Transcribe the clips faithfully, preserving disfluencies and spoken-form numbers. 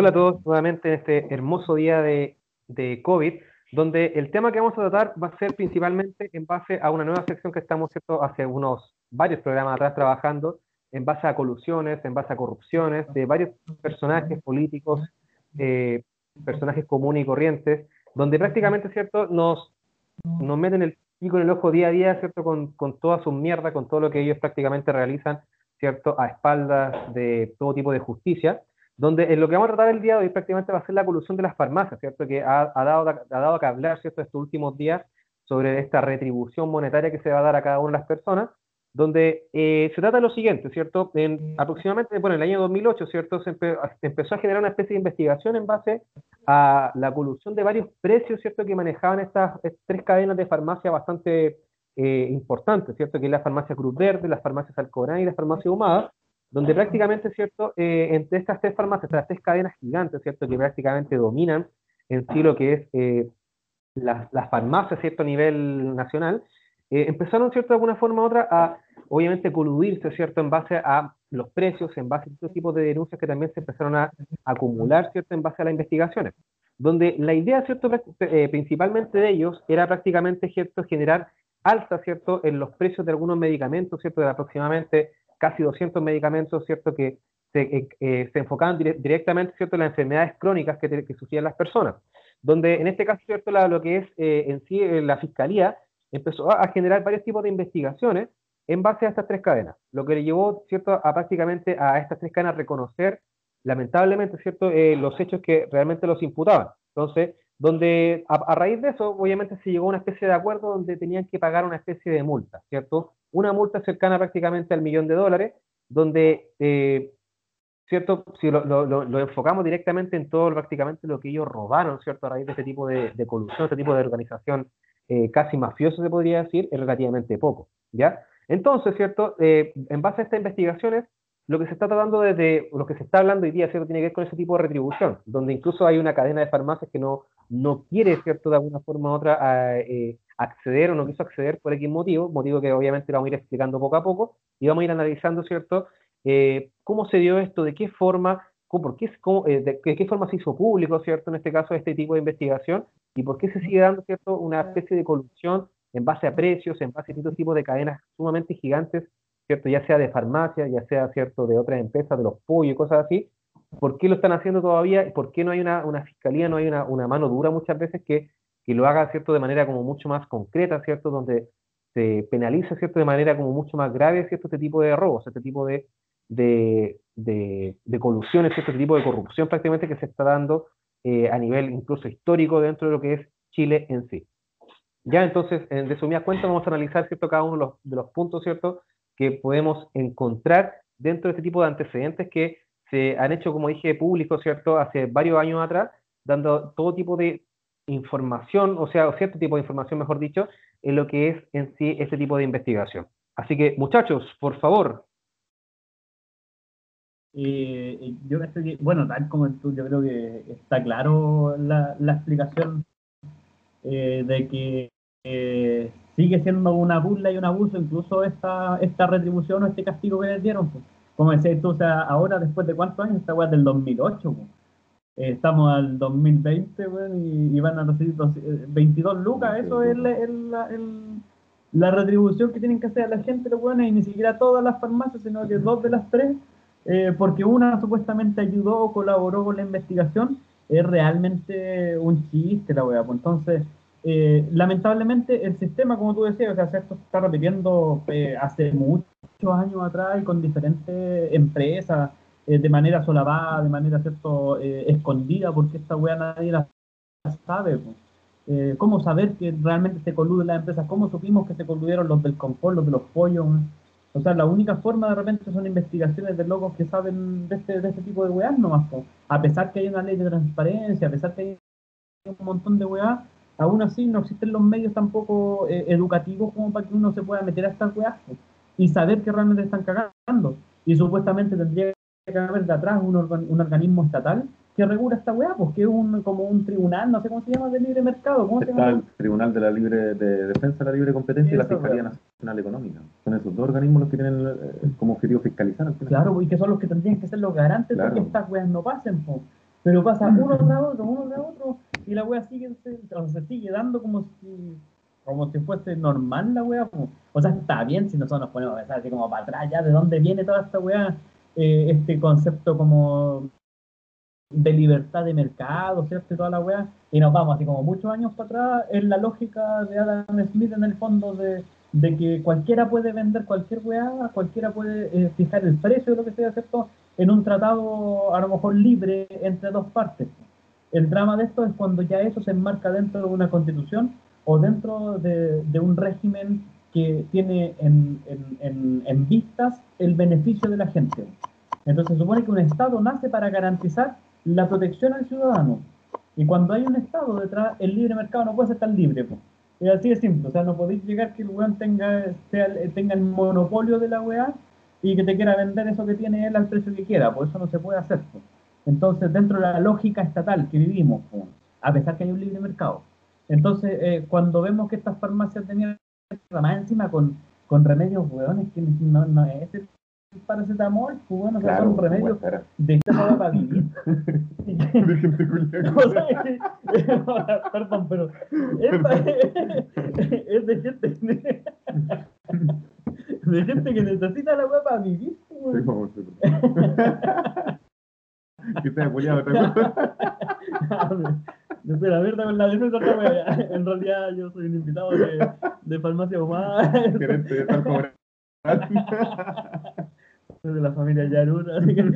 Hola a todos nuevamente en este hermoso día de, de COVID, donde el tema que vamos a tratar va a ser principalmente en base a una nueva sección que estamos, ¿cierto?, hace unos varios programas atrás trabajando, en base a colusiones, en base a corrupciones de varios personajes políticos, eh, personajes comunes y corrientes, donde prácticamente, ¿cierto?, nos, nos meten el pico en el ojo día a día, ¿cierto?, con, con toda su mierda, con todo lo que ellos prácticamente realizan, ¿cierto?, a espaldas de todo tipo de justicia, donde en lo que vamos a tratar el día de hoy prácticamente va a ser la colusión de las farmacias, ¿cierto?, que ha, ha dado, ha dado que hablar, ¿cierto?, estos últimos días sobre esta retribución monetaria que se va a dar a cada una de las personas, donde eh, se trata de lo siguiente, ¿cierto? En, aproximadamente, bueno, en el año dos mil ocho, ¿cierto?, se, empe se empezó a generar una especie de investigación en base a la colusión de varios precios, ¿cierto?, que manejaban estas tres cadenas de farmacia bastante eh, importantes, ¿cierto?, que es la farmacia Cruz Verde, las farmacias Alcobendas y la farmacia Ahumada, donde prácticamente, ¿cierto?, eh, entre estas tres farmacias, estas tres cadenas gigantes, ¿cierto?, que prácticamente dominan en sí lo que es eh, las, las farmacias, ¿cierto?, a nivel nacional, eh, empezaron, ¿cierto?, de alguna forma u otra a, obviamente, coludirse, ¿cierto?, en base a los precios, en base a estos tipos de denuncias que también se empezaron a acumular, ¿cierto?, en base a las investigaciones, donde la idea, ¿cierto?, eh, principalmente de ellos era prácticamente, ¿cierto?, generar alza, ¿cierto?, en los precios de algunos medicamentos, ¿cierto?, de aproximadamente casi doscientos medicamentos, ¿cierto?, que se, eh, eh, se enfocaban dire directamente, ¿cierto?, en las enfermedades crónicas que, te, que sufrían las personas, donde en este caso, ¿cierto?, la, lo que es eh, en sí eh, la fiscalía empezó a, a generar varios tipos de investigaciones en base a estas tres cadenas, lo que le llevó, ¿cierto?, a prácticamente a estas tres cadenas reconocer, lamentablemente, ¿cierto?, eh, los hechos que realmente los imputaban. Entonces, donde a, a, raíz de eso, obviamente se llegó a una especie de acuerdo donde tenían que pagar una especie de multa, ¿cierto? Una multa cercana prácticamente al millón de dólares, donde, eh, ¿cierto? Si lo, lo, lo, enfocamos directamente en todo prácticamente lo que ellos robaron, ¿cierto? A raíz de este tipo de, de colusión, este tipo de organización eh, casi mafiosa, se podría decir, es relativamente poco, ¿ya? Entonces, ¿cierto? Eh, en base a estas investigaciones, lo que se está tratando desde, lo que se está hablando hoy día, ¿cierto?, tiene que ver con ese tipo de retribución, donde incluso hay una cadena de farmacias que no, no quiere, ¿cierto?, de alguna forma u otra a, eh, acceder o no quiso acceder por X motivo, motivo que obviamente vamos a ir explicando poco a poco, y vamos a ir analizando, ¿cierto?, eh, cómo se dio esto, de qué forma, cómo, por qué, cómo, eh, de, de qué forma se hizo público, ¿cierto?, en este caso, este tipo de investigación, y por qué se sigue dando, ¿cierto?, una especie de corrupción en base a precios, en base a distintos tipos de cadenas sumamente gigantes, ¿cierto?, ya sea de farmacia, ya sea, ¿cierto?, de otras empresas, de los pollos y cosas así. ¿Por qué lo están haciendo todavía? ¿Por qué no hay una, una fiscalía, no hay una, una mano dura muchas veces que, que lo haga, ¿cierto?, de manera como mucho más concreta, ¿cierto?, donde se penaliza, ¿cierto?, de manera como mucho más grave, ¿cierto?, este tipo de robos, este tipo de, de, de, de colusiones, ¿cierto?, este tipo de corrupción prácticamente que se está dando eh, a nivel incluso histórico dentro de lo que es Chile en sí. Ya, entonces, en resumidas cuentas, vamos a analizar, ¿cierto?, cada uno de los, de los puntos, ¿cierto?, que podemos encontrar dentro de este tipo de antecedentes que se han hecho, como dije, públicos, ¿cierto?, hace varios años atrás, dando todo tipo de información, o sea, cierto tipo de información, mejor dicho, en lo que es en sí este tipo de investigación. Así que, muchachos, por favor. Eh, yo creo que, bueno, tal como tú, yo creo que está claro la, la explicación eh, de que eh, sigue siendo una burla y un abuso incluso esta, esta retribución o este castigo que les dieron. Pues. Como decías tú, o sea, ahora después de cuántos años, esta weá es del dos mil ocho, pues. eh, estamos al dos mil veinte, bueno, y, y van a recibir dos, eh, veintidós lucas, eso es el, el, el, la retribución que tienen que hacer a la gente, los buenos, y ni siquiera todas las farmacias, sino que dos de las tres, eh, porque una supuestamente ayudó o colaboró con la investigación, es realmente un chiste la weá. Pues entonces, eh, lamentablemente el sistema, como tú decías, o sea, esto se está repitiendo eh, hace muchos años atrás y con diferentes empresas, eh, de manera solapada, de manera cierto eh, escondida, porque esta weá nadie la sabe. Eh, ¿Cómo saber que realmente se coluden las empresas? ¿Cómo supimos que se coludieron los del confort, los de los pollos? O sea, la única forma de repente son investigaciones de locos que saben de este, de este tipo de weas nomás. Po. A pesar que hay una ley de transparencia, a pesar que hay un montón de weas, aún así no existen los medios tampoco eh, educativos como para que uno se pueda meter a estas weas po, y saber que realmente están cagando. Y supuestamente tendría que haber de atrás un, organ, un organismo estatal que regula esta weá, pues que es un, como un tribunal, no sé cómo se llama, de libre mercado. ¿Cómo Está se llama? el Tribunal de la Libre de Defensa de la Libre Competencia y la Fiscalía Nacional Económica. Son esos dos organismos los que tienen eh, como objetivo fiscalizar al final. Claro, y que son los que tendrían que ser los garantes claro. de que estas weas no pasen, pues. pero pasa uno tras otro, uno tras otro, y la wea sigue, se, o sea, se sigue dando como si, como si fuese normal la wea. Como, o sea, está bien si nosotros nos ponemos a pensar así como para atrás, ya de dónde viene toda esta wea, eh, este concepto como de libertad de mercado, ¿cierto? Y toda la weá, y nos vamos así como muchos años para atrás en la lógica de Adam Smith en el fondo de, de que cualquiera puede vender cualquier weá, cualquiera puede eh, fijar el precio de lo que sea, ¿cierto? En un tratado a lo mejor libre entre dos partes. El drama de esto es cuando ya eso se enmarca dentro de una constitución o dentro de, de un régimen que tiene en, en, en, en vistas el beneficio de la gente. Entonces se supone que un Estado nace para garantizar la protección al ciudadano. Y cuando hay un Estado detrás, el libre mercado no puede ser tan libre. Po. Es así de simple. O sea, no podéis llegar que el weón tenga, sea, tenga el monopolio de la weá y que te quiera vender eso que tiene él al precio que quiera. Por eso no se puede hacer. Po. Entonces, dentro de la lógica estatal que vivimos, po, a pesar que hay un libre mercado. Entonces, eh, cuando vemos que estas farmacias tenían más encima con, con remedios weones que no, no es el paracetamol, pues bueno, Claro, son remedios bueno, de esta para vivir. de gente culiada. O sea, que- perdón, pero es, pa- es de gente de gente que necesita la weá para vivir. Sí, Pues, vamos, sí, que te culiado otra cosa. no sé, la verdad con la defensa otra weá. En realidad yo soy un invitado de, de farmacia humana, Gerente de tal como de la familia Yarura, así que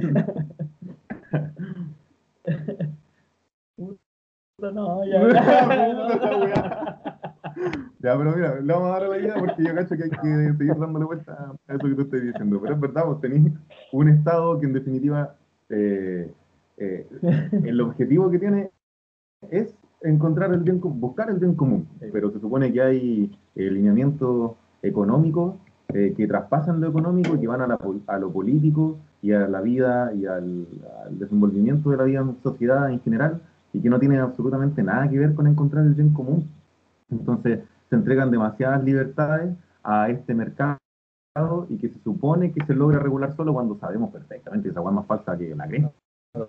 puta, no, ya, Puta ya, la weá. Ya, pero mira, le vamos a dar la idea porque yo cacho que hay que seguir dándole vuelta a eso que tú estás diciendo. Pero es verdad, vos tenés un Estado que en definitiva eh, eh, el objetivo que tiene es encontrar el bien común, buscar el bien común, pero se supone que hay eh, lineamientos económicos eh, que traspasan lo económico y que van a, la pol- a lo político y a la vida y al, al desenvolvimiento de la vida en sociedad en general y que no tienen absolutamente nada que ver con encontrar el bien común. Entonces se entregan demasiadas libertades a este mercado y que se supone que se logra regular solo cuando sabemos perfectamente que esa hueá es más falsa que la cresta.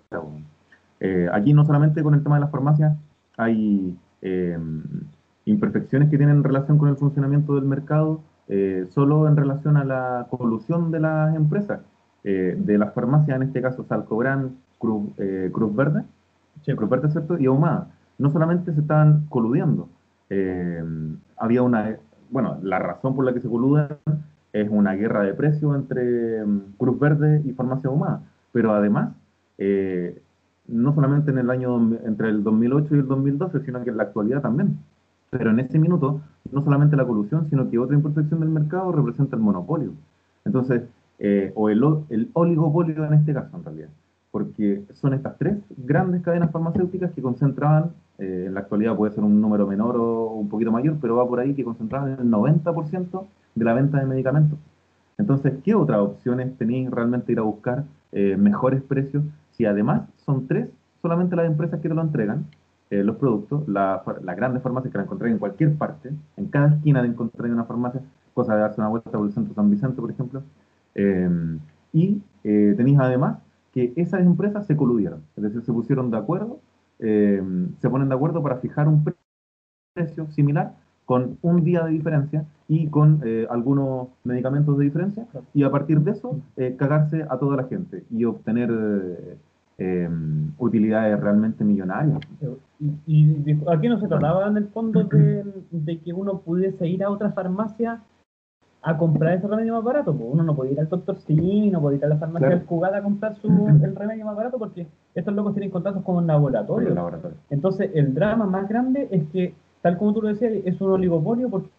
Eh, aquí no solamente con el tema de las farmacias hay eh, imperfecciones que tienen relación con el funcionamiento del mercado, eh, solo en relación a la colusión de las empresas, eh, de las farmacias, en este caso Salcobran, Cruz, eh, Cruz Verde, Sí. Cruz Verde, ¿cierto? Y Ahumada. No solamente se estaban coludiendo, eh, había una, bueno, la razón por la que se coluden es una guerra de precios entre mm, Cruz Verde y Farmacia Ahumada, pero además eh, no solamente en el año entre el dos mil ocho y el dos mil doce, sino que en la actualidad también. Pero en ese minuto, no solamente la colusión, sino que otra imperfección del mercado representa el monopolio. Entonces, eh, o el, el oligopolio en este caso, en realidad. Porque son estas tres grandes cadenas farmacéuticas que concentraban, eh, en la actualidad puede ser un número menor o un poquito mayor, pero va por ahí, que concentraban el noventa por ciento de la venta de medicamentos. Entonces, ¿qué otras opciones tenéis realmente ir a buscar eh, mejores precios? Si además son tres solamente las empresas que te lo entregan, eh, los productos, la, las grandes farmacias que la encontráis en cualquier parte, en cada esquina de encontrar una farmacia, cosa de darse una vuelta por el centro San Vicente, por ejemplo, eh, y eh, tenéis además que esas empresas se coludieron, es decir, se pusieron de acuerdo, eh, se ponen de acuerdo para fijar un precio similar con un día de diferencia y con eh, algunos medicamentos de diferencia, y a partir de eso eh, cagarse a toda la gente y obtener eh, eh, utilidades realmente millonarias. Y, y aquí no se trataba en el fondo de, de que uno pudiese ir a otra farmacia a comprar ese remedio más barato, pues uno no podía ir al doctor Simi, no podía ir a la farmacia Claro. del Cugat a comprar su, el remedio más barato porque estos locos tienen contratos con un Con laboratorio. los laboratorios. Entonces el drama más grande es que, tal como tú lo decías, es un oligopolio porque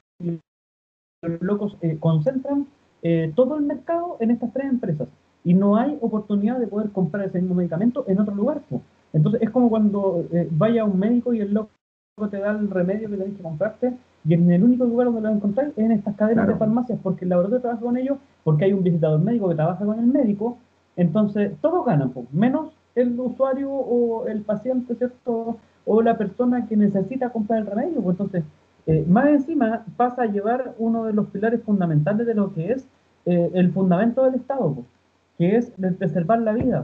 los locos eh, concentran eh, todo el mercado en estas tres empresas y no hay oportunidad de poder comprar ese mismo medicamento en otro lugar, pues. Entonces es como cuando eh, vaya a un médico y el loco te da el remedio que tenés que comprarte y en el único lugar donde lo encontráis es en estas cadenas Claro. de farmacias porque el laboratorio trabaja con ellos, porque hay un visitador médico que trabaja con el médico, entonces todos ganan, pues, menos el usuario o el paciente, ¿cierto? O la persona que necesita comprar el remedio, pues entonces eh, más encima pasa a llevar uno de los pilares fundamentales de lo que es eh, el fundamento del Estado, pues, que es el preservar la vida.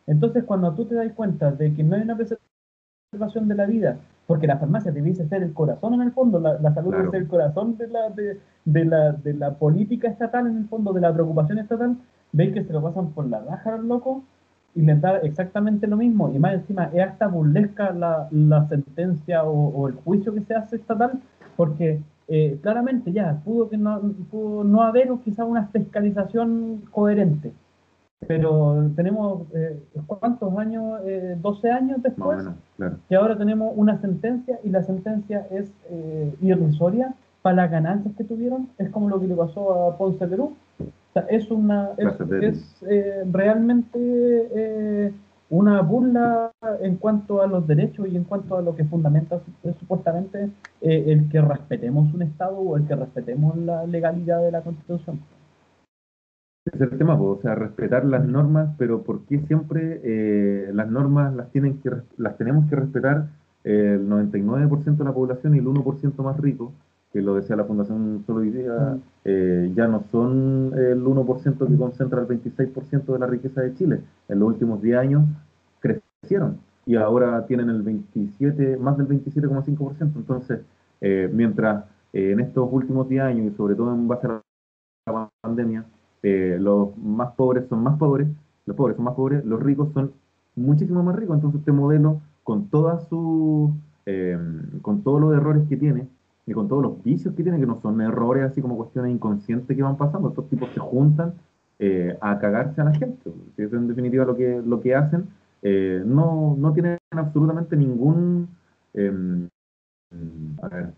Entonces, cuando tú te das cuenta de que no hay una preservación de la vida, porque la farmacia debiese ser el corazón en el fondo, la, la salud debe Claro, ser el corazón de la, de, de la, de la política estatal en el fondo, de la preocupación estatal, veis que se lo pasan por la raja a los locos y les da exactamente lo mismo, y más encima es hasta burlesca la, la sentencia o, o el juicio que se hace estatal, porque eh, claramente ya pudo, que no, pudo no haber quizás una fiscalización coherente, pero tenemos, eh, ¿cuántos años? Eh, doce años más o después, menos, claro. que ahora tenemos una sentencia y la sentencia es eh, irrisoria para las ganancias que tuvieron. Es como lo que le pasó a Ponce Perú. O sea, es, una, es, Clases de ética. es eh, realmente eh, una burla en cuanto a los derechos y en cuanto a lo que fundamenta eh, supuestamente eh, el que respetemos un Estado o el que respetemos la legalidad de la Constitución. Ese es el tema, pues, o sea, respetar las normas, pero ¿por qué siempre eh, las normas las tienen que, res- las tenemos que respetar eh, el noventa y nueve por ciento de la población y el uno por ciento más rico, que lo decía la Fundación Solo Hoy Día, Mm. eh, ya no son el uno por ciento que concentra el veintiséis por ciento de la riqueza de Chile? En los últimos diez años crecieron y ahora tienen el veintisiete, más del veintisiete coma cinco por ciento. Entonces, eh, mientras eh, en estos últimos diez años, y sobre todo en base a la pandemia, eh, los más pobres son más pobres, los pobres son más pobres, los ricos son muchísimo más ricos. Entonces este modelo, con todas sus, eh, con todos los errores que tiene, y con todos los vicios que tiene, que no son errores así como cuestiones inconscientes que van pasando, estos tipos se juntan eh, a cagarse a la gente. Si es en definitiva lo que, lo que hacen, eh, no, no tienen absolutamente ningún... em, a ver,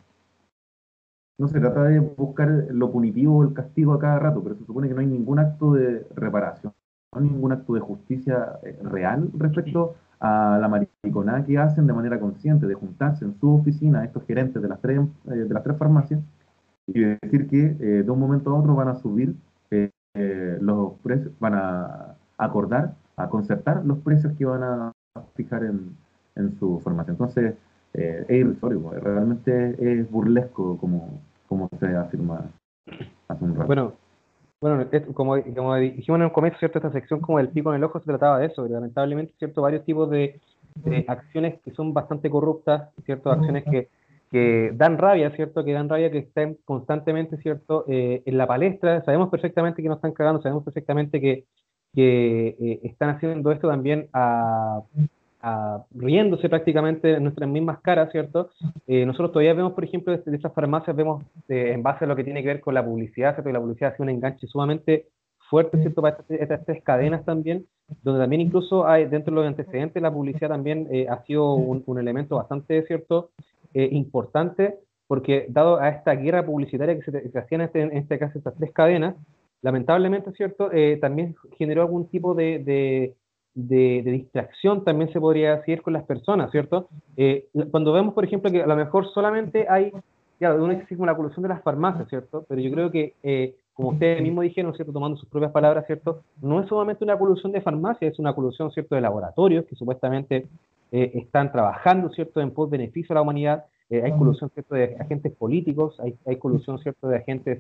no se trata de buscar lo punitivo o el castigo a cada rato, pero se supone que no hay ningún acto de reparación, no hay ningún acto de justicia eh, real respecto a la mariconada que hacen de manera consciente, de juntarse en su oficina estos gerentes de las tres, eh, de las tres farmacias y decir que eh, de un momento a otro van a subir eh, eh, los precios, van a acordar, a concertar los precios que van a fijar en, en su farmacia. Entonces, eh, es irrisorio, pues, realmente es burlesco como, como se afirma hace un rato. Bueno, bueno, es- como, como dijimos en un comienzo, ¿cierto? Esta sección como del pico en el ojo se trataba de eso, pero lamentablemente, ¿cierto? Varios tipos de, de acciones que son bastante corruptas, ¿cierto? Acciones que, que dan rabia, ¿cierto? Que dan rabia, que estén constantemente, ¿cierto? Eh, en la palestra. Sabemos perfectamente que nos están cagando, sabemos perfectamente que, que eh, están haciendo esto también a, a- riéndose prácticamente en nuestras mismas caras, ¿cierto? Eh, nosotros todavía vemos, por ejemplo, de, de esas farmacias, vemos eh, en base a lo que tiene que ver con la publicidad, ¿cierto? Y la publicidad ha sido un enganche sumamente fuerte, ¿cierto? Para estas, estas tres cadenas también, donde también incluso hay, dentro de los antecedentes, la publicidad también eh, ha sido un, un elemento bastante, ¿cierto? Eh, importante, porque dado a esta guerra publicitaria que se, que se hacía en este, en este caso, estas tres cadenas, lamentablemente, ¿cierto? Eh, también generó algún tipo de, de de, de distracción, también se podría decir, con las personas, ¿cierto? Eh, cuando vemos, por ejemplo, que a lo mejor solamente hay, ya, uno dice como la colusión de las farmacias, ¿cierto? Pero yo creo que, eh, como ustedes mismos dijeron, ¿cierto? Tomando sus propias palabras, ¿cierto? No es solamente una colusión de farmacias, es una colusión, ¿cierto? De laboratorios que supuestamente eh, están trabajando, ¿cierto? En pos beneficio a la humanidad. Eh, hay colusión, ¿cierto? De agentes políticos, hay, hay colusión, ¿cierto? De agentes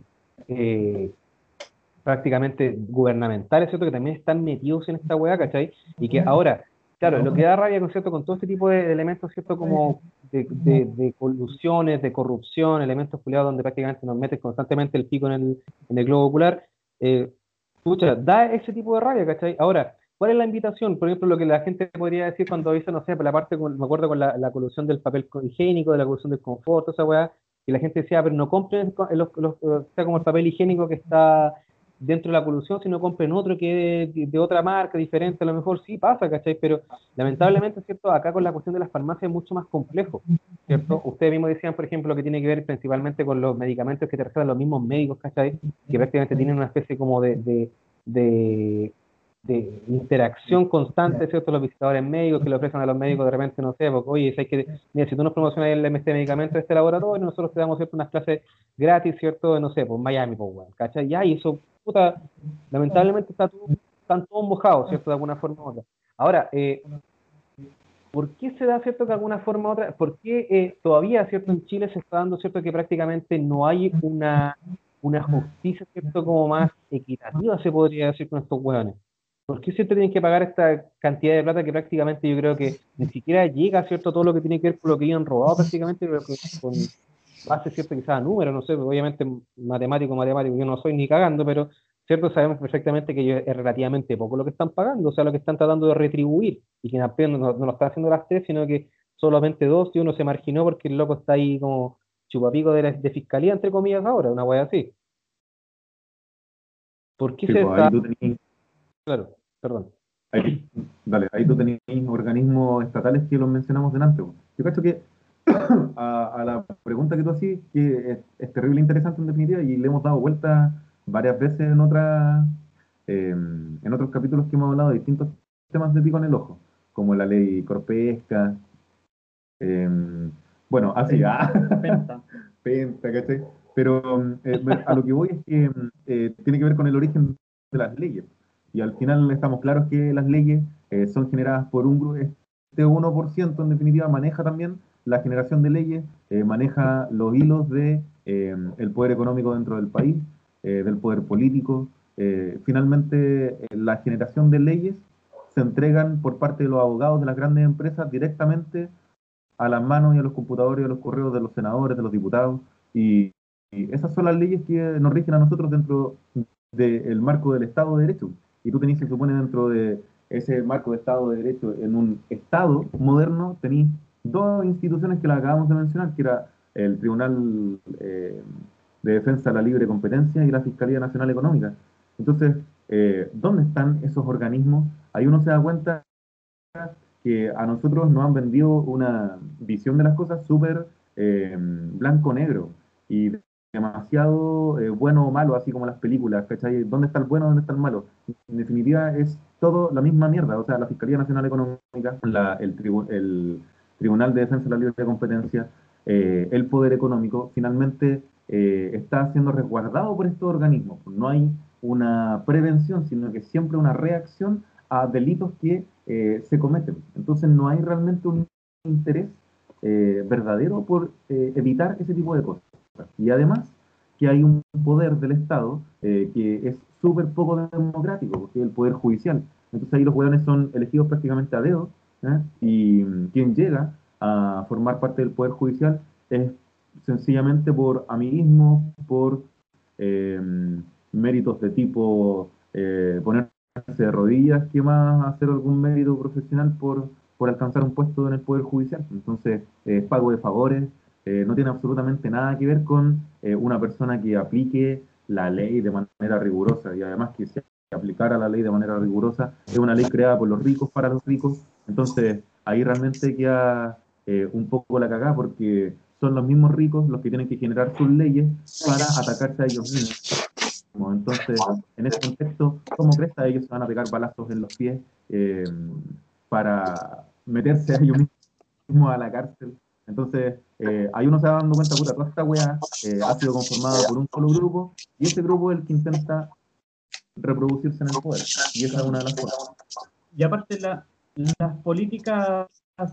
eh, prácticamente gubernamentales, ¿cierto? Que también están metidos en esta hueá, ¿cachai? Y que ahora, claro, lo que da rabia, ¿no es cierto?, con todo este tipo de elementos, ¿cierto?, como de, de, de colusiones, de corrupción, elementos culiados donde prácticamente nos meten constantemente el pico en el, en el globo ocular, eh, pucha, da ese tipo de rabia, ¿cachai? Ahora, ¿cuál es la invitación? Por ejemplo, lo que la gente podría decir cuando dice, no sé, por la parte, con- me acuerdo con la, la colusión del papel higiénico, de la colusión del confort, esa weá, y la gente decía, "Ah, pero no compren co- los, los, los- sea como el papel higiénico que está dentro de la colusión, sino compren otro que es de, de otra marca, diferente, a lo mejor sí pasa, ¿cachai? Pero lamentablemente, ¿cierto? Acá con la cuestión de las farmacias es mucho más complejo, ¿cierto? Ustedes mismos decían, por ejemplo, lo que tiene que ver principalmente con los medicamentos que te recetan los mismos médicos, ¿cachai? Que prácticamente tienen una especie como de, de, de, de interacción constante, ¿cierto? Los visitadores médicos que le ofrecen a los médicos de repente, no sé, porque, oye, ¿sabes que mira, si tú nos promocionas el M S T medicamento de este laboratorio, nosotros te damos, ¿cierto? Unas clases gratis, ¿cierto? No sé, pues Miami, pues, weón, ¿cachai? Ya, y eso, puta, lamentablemente está todo, están todos mojados, ¿cierto? De alguna forma u otra. Ahora, eh, ¿por qué se da, cierto, que de alguna forma u otra, por qué eh, todavía, cierto, en Chile se está dando, cierto, que prácticamente no hay una, una justicia, cierto, como más equitativa, se podría decir, con estos hueones? ¿Por qué siempre tienen que pagar esta cantidad de plata que prácticamente yo creo que ni siquiera llega, ¿cierto? Todo lo que tiene que ver con lo que ellos han robado prácticamente, pero con, con base, ¿cierto? Quizás a números, no sé, obviamente matemático, matemático, yo no soy ni cagando, pero, ¿cierto? Sabemos perfectamente que ellos es relativamente poco lo que están pagando, o sea, lo que están tratando de retribuir, y que apenas no, no lo están haciendo las tres, sino que solamente dos, y uno se marginó porque el loco está ahí como chupapico de, la, de fiscalía, entre comillas, ahora, una wea así. ¿Por qué Sí, se pues ahí está? tú tenías, Claro, perdón. ahí, dale, ahí tú tenías organismos estatales que los mencionamos delante, pues. Yo creo que a, a la pregunta que tú hacías, que es, es terrible interesante en definitiva, y le hemos dado vuelta varias veces en otras, eh, en otros capítulos que hemos hablado de distintos temas de pico en el ojo, como la ley Corpesca, eh, bueno, así, Penta, ah, penta. Penta, ¿cachai? Pero mm, eh, me- a lo que voy es que mm, eh, tiene que ver con el origen de las leyes. Y al final estamos claros que las leyes eh, son generadas por un grupo, este uno por ciento en definitiva maneja también la generación de leyes, eh, maneja los hilos de eh, el poder económico dentro del país, eh, del poder político. Eh, finalmente, eh, la generación de leyes se entregan por parte de los abogados de las grandes empresas directamente a las manos y a los computadores y a los correos de los senadores, de los diputados. Y, y esas son las leyes que nos rigen a nosotros dentro del marco del Estado de Derecho. Y tú tenés, se supone, dentro de ese marco de Estado de Derecho, en un Estado moderno, tenés dos instituciones que las acabamos de mencionar, que era el Tribunal eh, de Defensa de la Libre Competencia y la Fiscalía Nacional Económica. Entonces, eh, ¿dónde están esos organismos? Ahí uno se da cuenta que a nosotros nos han vendido una visión de las cosas súper eh, blanco-negro y demasiado eh, bueno o malo, así como las películas, ¿cachai? ¿Dónde está el bueno, dónde está el malo? En definitiva, es todo la misma mierda. O sea, la Fiscalía Nacional Económica, la- el, tribu- el Tribunal de Defensa de la Libre Competencia, eh, el Poder Económico, finalmente eh, está siendo resguardado por estos organismos. No hay una prevención, sino que siempre una reacción a delitos que eh, se cometen. Entonces no hay realmente un interés eh, verdadero por eh, evitar ese tipo de cosas. Y además que hay un poder del Estado eh, que es súper poco democrático, porque es el poder judicial. Entonces ahí los hueones son elegidos prácticamente a dedo, ¿eh? Y mm, quien llega a formar parte del poder judicial es sencillamente por amiguismo, por eh, méritos de tipo eh, poner de rodillas que más hacer algún mérito profesional por, por alcanzar un puesto en el Poder Judicial. Entonces, eh, pago de favores eh, no tiene absolutamente nada que ver con eh, una persona que aplique la ley de manera rigurosa y además que se aplicara la ley de manera rigurosa es una ley creada por los ricos para los ricos. Entonces, ahí realmente queda eh, un poco la cagada porque son los mismos ricos los que tienen que generar sus leyes para atacarse a ellos mismos. Entonces, en ese contexto, ¿cómo crees que ellos se van a pegar balazos en los pies eh, para meterse a ellos mismos a la cárcel? Entonces, eh, ahí uno se va dando cuenta, puta, toda esta wea eh, ha sido conformada por un solo grupo y ese grupo es el que intenta reproducirse en el poder. Y esa es una de las formas. Y aparte la, las políticas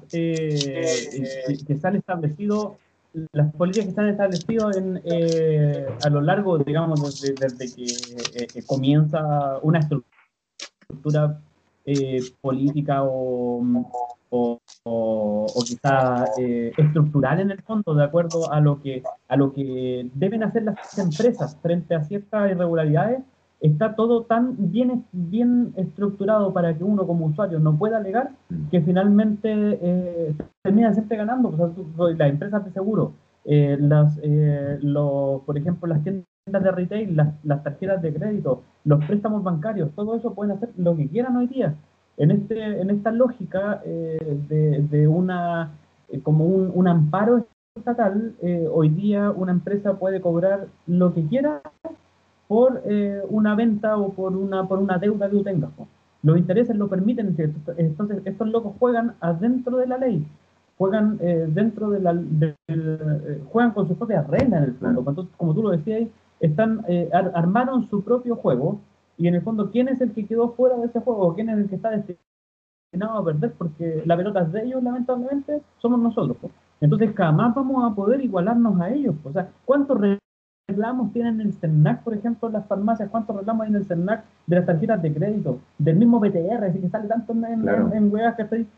eh, que, que se han establecido, las políticas que se han establecido en, eh, a lo largo, digamos, desde, desde que eh, eh, comienza una estructura eh, política o, o, o, o quizá eh, estructural en el fondo, de acuerdo a lo que a lo que deben hacer las empresas frente a ciertas irregularidades, está todo tan bien, bien estructurado para que uno como usuario no pueda alegar que finalmente eh, termina siempre ganando. O sea, tú, las empresas de seguro, eh, las, eh, los, por ejemplo, las tiendas de retail, las, las tarjetas de crédito, los préstamos bancarios, todo eso pueden hacer lo que quieran hoy día. En, este, en esta lógica eh, de, de, una, eh, como un, un amparo estatal, eh, hoy día una empresa puede cobrar lo que quiera por eh, una venta o por una, por una deuda que tú tengas. ¿No? Los intereses lo permiten, ¿cierto? Entonces estos locos juegan adentro de la ley, juegan eh, dentro de la, de, de, eh, juegan con sus propias reglas en el fondo. Claro. Entonces, como tú lo decías, están, eh, ar armaron su propio juego y en el fondo, ¿quién es el que quedó fuera de ese juego? ¿Quién es el que está destinado a perder? Porque la pelota es de ellos, lamentablemente, somos nosotros. ¿no? Entonces, jamás vamos a poder igualarnos a ellos. O sea, ¿cuántos reclamos tienen en el CERNAC, por ejemplo, en las farmacias? ¿Cuántos reclamos hay en el CERNAC de las tarjetas de crédito? Del mismo B T R, así que sale tanto en, en, Claro. en, en weas que estoy...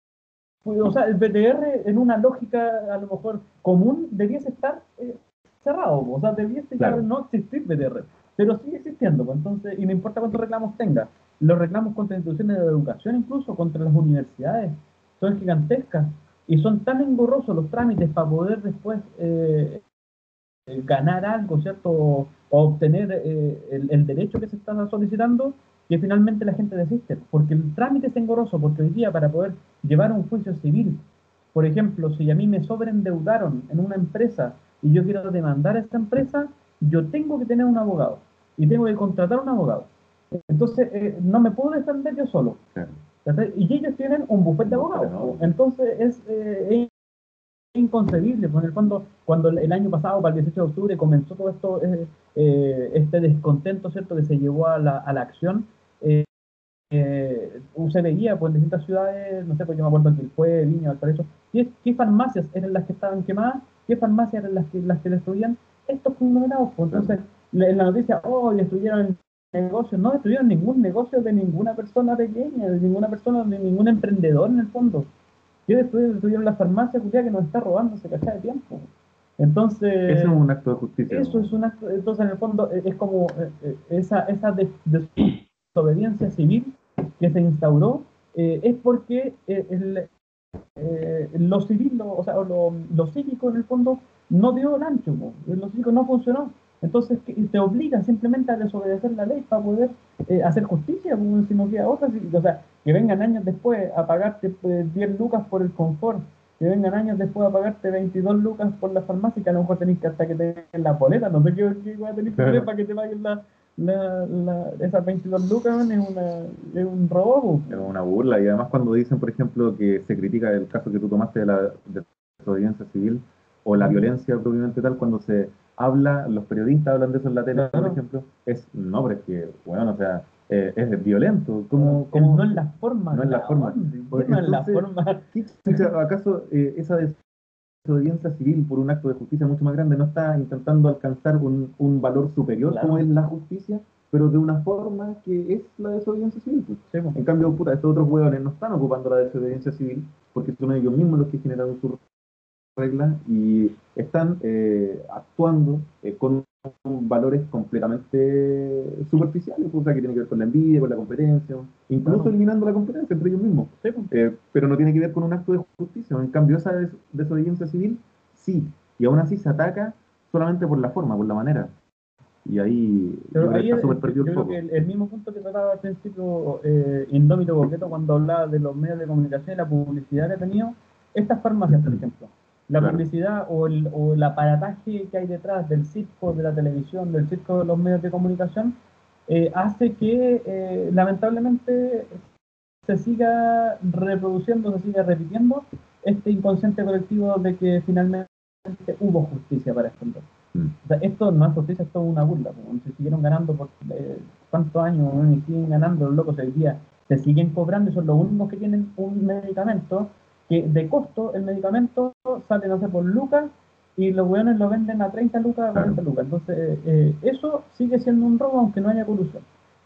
O sea, el B T R en una lógica a lo mejor común debiese estar eh, cerrado, o sea, debiese Claro. ya no existir B T R, pero sigue existiendo, pues, entonces, y no importa cuántos reclamos tenga, los reclamos contra instituciones de educación, incluso contra las universidades, son gigantescas, y son tan engorrosos los trámites para poder después eh, eh, ganar algo, ¿cierto? O, o obtener eh, el, el derecho que se está solicitando, que finalmente la gente desiste, porque el trámite es engorroso, porque hoy día para poder llevar un juicio civil, por ejemplo, si a mí me sobreendeudaron en una empresa y yo quiero demandar a esta empresa, yo tengo que tener un abogado y tengo que contratar un abogado. Entonces, eh, no me puedo defender yo solo. Claro. ¿Cachai? Y ellos tienen un bufete de Un bufete, abogados. ¿no? Entonces, es, eh, es inconcebible. Pues en el fondo, cuando el año pasado, para el dieciocho de octubre, comenzó todo esto, eh, eh, este descontento, ¿cierto?, que se llevó a la, a la acción, eh, eh, se veía pues, en distintas ciudades, no sé, pues yo me acuerdo que el Quilpué, Viña, Valparaíso, ¿qué, qué farmacias eran las que estaban quemadas? ¿Qué farmacias eran las que, las que destruían? Estos conglomerados, pues, entonces, en la noticia, oh, destruyeron el negocio, no destruyeron ningún negocio de ninguna persona pequeña, de ninguna persona, de ningún emprendedor en el fondo. ¿Qué destruyeron? Destruyeron la farmacia culia que nos está robando ese cachá de tiempo. Entonces, Eso es un acto de justicia. eso ¿no? es un acto, entonces en el fondo es como eh, eh, esa, esa de, de desobediencia civil que se instauró, eh, es porque eh, el, eh, lo civil, lo, o sea, lo, lo cívico en el fondo no dio el ancho, po. Lo cívico no funcionó. Entonces que- te obliga simplemente a desobedecer la ley para poder eh, hacer justicia, po, si no queda otra. Si- o sea, que vengan años después a pagarte eh, diez lucas por el confort, que vengan años después a pagarte veintidós lucas por la farmacia, que a lo mejor tenés que hasta que te den la boleta, no sé qué, qué va a tener que hacer para que te paguen la, la, la, esas veintidós lucas, man, es, una, es un robo. Es una burla. Y además cuando dicen, por ejemplo, que se critica el caso que tú tomaste de la desobediencia civil o la violencia propiamente tal, cuando se habla, los periodistas hablan de eso en la tele, Claro. por ejemplo, es, no, pero es que, bueno, o sea, eh, es violento. Como, ¿Cómo, cómo- no es la forma. no es la forma? No es la Entonces, forma. ¿qué chucha, ¿acaso eh, esa desobediencia civil por un acto de justicia mucho más grande no está intentando alcanzar un, un valor superior Claro. como es la justicia, pero de una forma que es la desobediencia civil? Pues. Sí, pues. En cambio, puta, estos otros hueones no están ocupando la desobediencia civil porque son ellos mismos los que generaron sus reglas y están eh, actuando eh, con valores completamente superficiales, pues, o sea, que tiene que ver con la envidia, con la competencia, incluso Claro. eliminando la competencia entre ellos mismos. Sí, pues. Eh, pero no tiene que ver con un acto de justicia. En cambio, esa des desobediencia civil, sí, y aún así se ataca solamente por la forma, por la manera. Y ahí, Pero yo creo ahí que está el- súper yo perdido el creo foco. que el, el mismo punto que trataba al principio eh, Indómito Coqueto cuando hablaba de los medios de comunicación y la publicidad que ha tenido estas farmacias, por ejemplo. La Claro. publicidad o el, o el aparataje que hay detrás del circo de la televisión, del circo de los medios de comunicación, eh, hace que eh, lamentablemente se siga reproduciendo, se siga repitiendo este inconsciente colectivo de que finalmente hubo justicia para esconder. Mm. O sea, esto no es justicia, esto es una burla. Como se siguieron ganando por eh, cuántos años, ¿no? Y siguen ganando los locos hoy día. Se siguen cobrando y son los únicos que tienen un medicamento que de costo el medicamento sale, no sé, por lucas y los weones lo venden a treinta lucas, a cuarenta lucas. Entonces, eh, eso sigue siendo un robo aunque no haya colusión.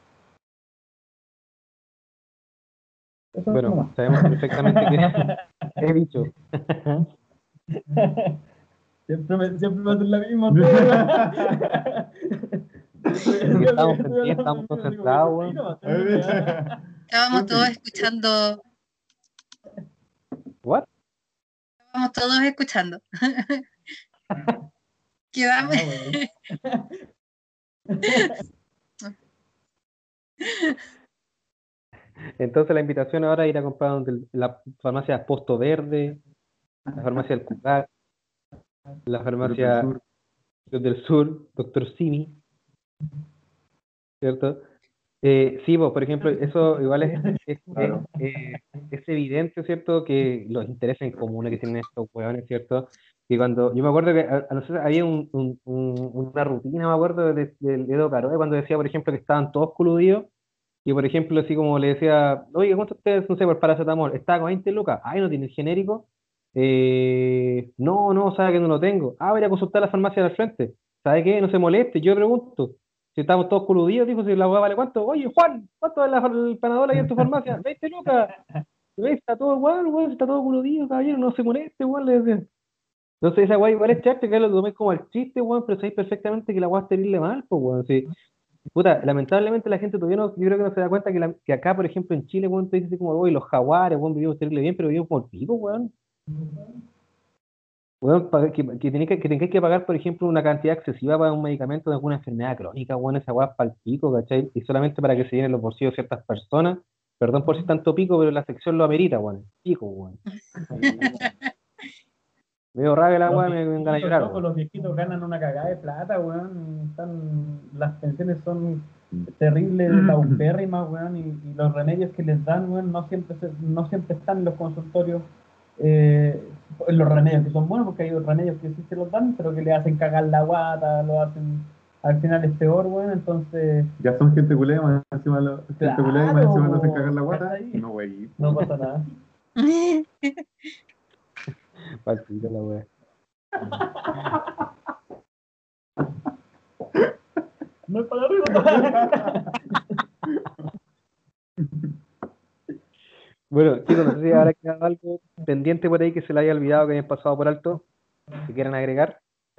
Eso es Bueno, nomás. sabemos perfectamente que he dicho. Siempre me, siempre me hacen la misma. Estamos pendientes, estamos concentrados, weón. Estábamos todos escuchando. ¿What? Estábamos todos escuchando. Quedamos. Entonces la invitación ahora es ir a comprar donde la farmacia Posto Verde, la farmacia del Cucar, la farmacia Cruz del Sur, Doctor Simi, ¿cierto? Eh, sí, vos, por ejemplo, eso igual es, es, Claro. es, eh, es evidente, ¿cierto? Que los intereses en común que tienen estos hueones, ¿cierto? Que cuando, yo me acuerdo que a, a nosotros había un, un- un- una rutina, me acuerdo, de- del Edo Caroe, cuando decía, por ejemplo, que estaban todos coludidos, y por ejemplo, así como le decía, oye, ¿cuánto ustedes, no sé, por paracetamol? ¿Está con veinte lucas? Ay, ¿no tiene el genérico? Eh, no, no, sabe que no lo tengo. Ah, voy a consultar a la farmacia del frente. ¿sabe qué? No se moleste, yo pregunto. Si estamos todos coludidos, dijo, si la hueá vale cuánto. Oye, Juan, ¿cuánto vale la, el panadol ahí en tu farmacia? veinte lucas. ¿Ves? Está todo igual, weón, está todo coludido, caballero, no se moleste, weón, le decía. Entonces esa weá igual es chiste, que lo tomé como al chiste, weón, pero sabéis perfectamente que la weá es terrible mal, pues, weón. Sí. Puta, lamentablemente la gente todavía no, yo creo que no se da cuenta que, la- que acá, por ejemplo, en Chile, weón, te dice así como, oye, los jaguares, weón, vivimos terrible bien, pero vivimos como el pico, weón. Weón, pa- que, que, tenéis que, que tengáis que pagar, por ejemplo, una cantidad excesiva para un medicamento de alguna enfermedad crónica, weón, esa weá es para el pico, ¿cachai? Y solamente para que se llenen los bolsillos de ciertas personas, perdón por si tanto pico, pero la sección lo amerita, weón, el pico, weón. Me dio rabia la Los weá, me, me dan ganas de viejitos, llorar, loco, weón. los viejitos ganan una cagada de plata, weón. Están, las pensiones son terribles, paupérrimas, weón, y, y los remedios que les dan, weón, no siempre, se- no siempre están en los consultorios, eh, en los remedios que son buenos, porque hay remedios que sí se los dan, pero que le hacen cagar la guata, lo hacen, al final es peor, weón, entonces, Ya son gente culé, más encima lo, gente culé y más encima lo hacen cagar la claro, guata. ¿cachai? No, güey. No pasa nada. Pa'l pico la weá. No es para arriba. Bueno, chicos, no sé si habrá quedado algo pendiente por ahí que se le haya olvidado, que hayan pasado por alto, si quieren agregar.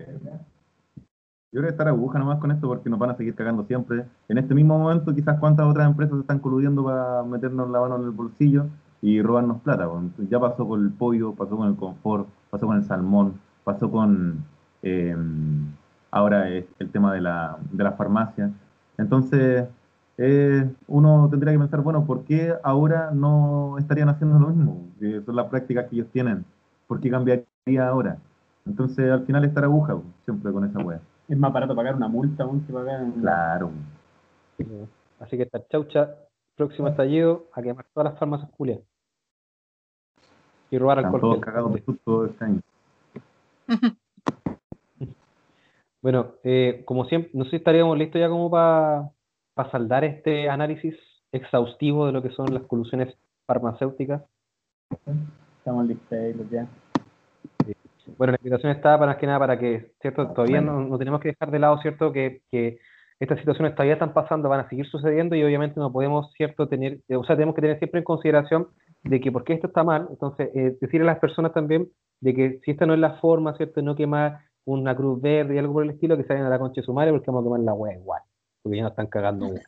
Yo creo que estar aguja nomás con esto porque nos van a seguir cagando siempre. En este mismo momento, quizás cuántas otras empresas se están coludiendo para meternos la mano en el bolsillo y robarnos plata. Po. Ya pasó con el pollo, pasó con el confort, pasó con el salmón, pasó con eh, ahora es el tema de la, de la farmacia. Entonces, eh, uno tendría que pensar, bueno, ¿por qué ahora no estarían haciendo lo mismo? Que son las prácticas que ellos tienen. ¿Por qué cambiaría ahora? Entonces, al final estar aguja, po, siempre con esa wea. Es más barato pagar una multa, weón, que pagar un... Claro. Eh, Así que esta chaucha, próximo estallido, a quemar todas las farmacias culias y robar Están alcohol todos gel. cagados de susto este año. Bueno, eh, como siempre, no sé si estaríamos listos ya como para saldar este análisis exhaustivo de lo que son las colusiones farmacéuticas. Estamos listos ya. Bueno, la invitación está para más que nada para que, ¿cierto? Todavía no, no tenemos que dejar de lado, ¿cierto? Que, que estas situaciones todavía están pasando, van a seguir sucediendo y obviamente no podemos, ¿cierto? Tener, eh, o sea, tenemos que tener siempre en consideración de que porque esto está mal, entonces eh, decirle a las personas también de que si esta no es la forma, ¿cierto? No quemar una cruz verde y algo por el estilo, que se vayan a la concha de su madre porque vamos a quemar la wea igual, porque ya nos están cagando mucho.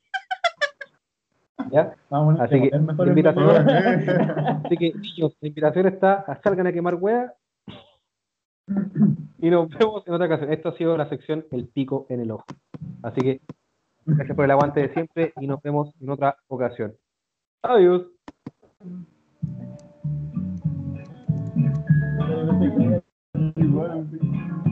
¿Ya? Vamos a Así que poner mejor la en invitación, medio. así que niños, la invitación está a salgan a quemar wea. Y nos vemos en otra ocasión. Esto ha sido la sección El pico en el ojo. Así que gracias por el aguante de siempre y nos vemos en otra ocasión. Adiós. Igual, sí.